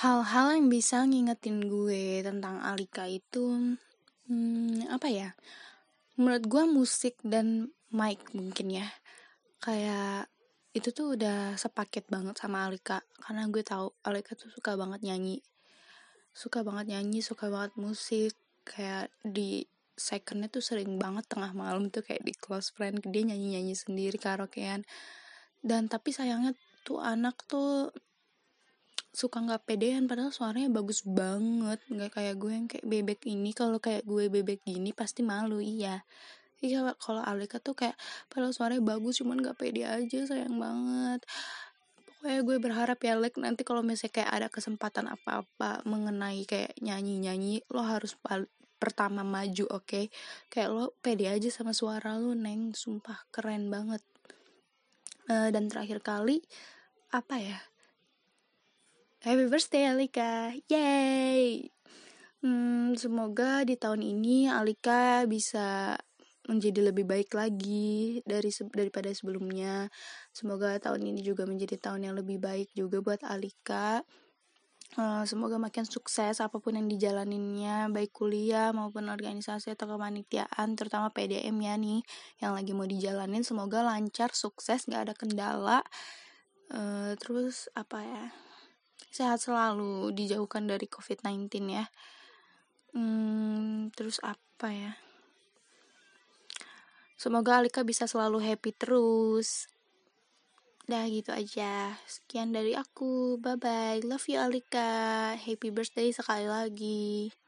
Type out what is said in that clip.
Hal-hal yang bisa ngingetin gue tentang Alika itu apa ya? Menurut gue musik dan mic mungkin ya. Kayak itu tuh udah sepaket banget sama Alika, karena gue tahu Alika tuh suka banget nyanyi. Suka banget musik. Kayak di secondnya tuh sering banget tengah malam tuh kayak di close friend dia nyanyi-nyanyi sendiri karaokean. Dan tapi sayangnya tuh anak tuh suka nggak pedean, padahal suaranya bagus banget, nggak kayak gue yang kayak bebek ini. Kalau kayak gue bebek gini pasti malu. Iya, kalau Alika tuh kayak padahal suaranya bagus cuman nggak pede aja, sayang banget. Pokoknya gue berharap ya Lek, nanti kalau misalnya kayak ada kesempatan apa-apa mengenai kayak nyanyi-nyanyi, lo harus pertama maju, oke? Kayak lo pede aja sama suara lo, Neng, sumpah keren banget. Dan terakhir kali apa ya, happy birthday Alika, yay. Semoga di tahun ini Alika bisa menjadi lebih baik lagi daripada sebelumnya. Semoga tahun ini juga menjadi tahun yang lebih baik juga buat Alika. Semoga makin sukses apapun yang dijalaninnya, baik kuliah maupun organisasi atau kepanitiaan, terutama PDM ya nih yang lagi mau dijalanin. Semoga lancar, sukses, gak ada kendala. Terus apa ya, sehat selalu, dijauhkan dari COVID-19 ya. Terus apa ya, semoga Alika bisa selalu happy terus. Dah gitu aja, sekian dari aku, bye bye, love you Alika, happy birthday sekali lagi.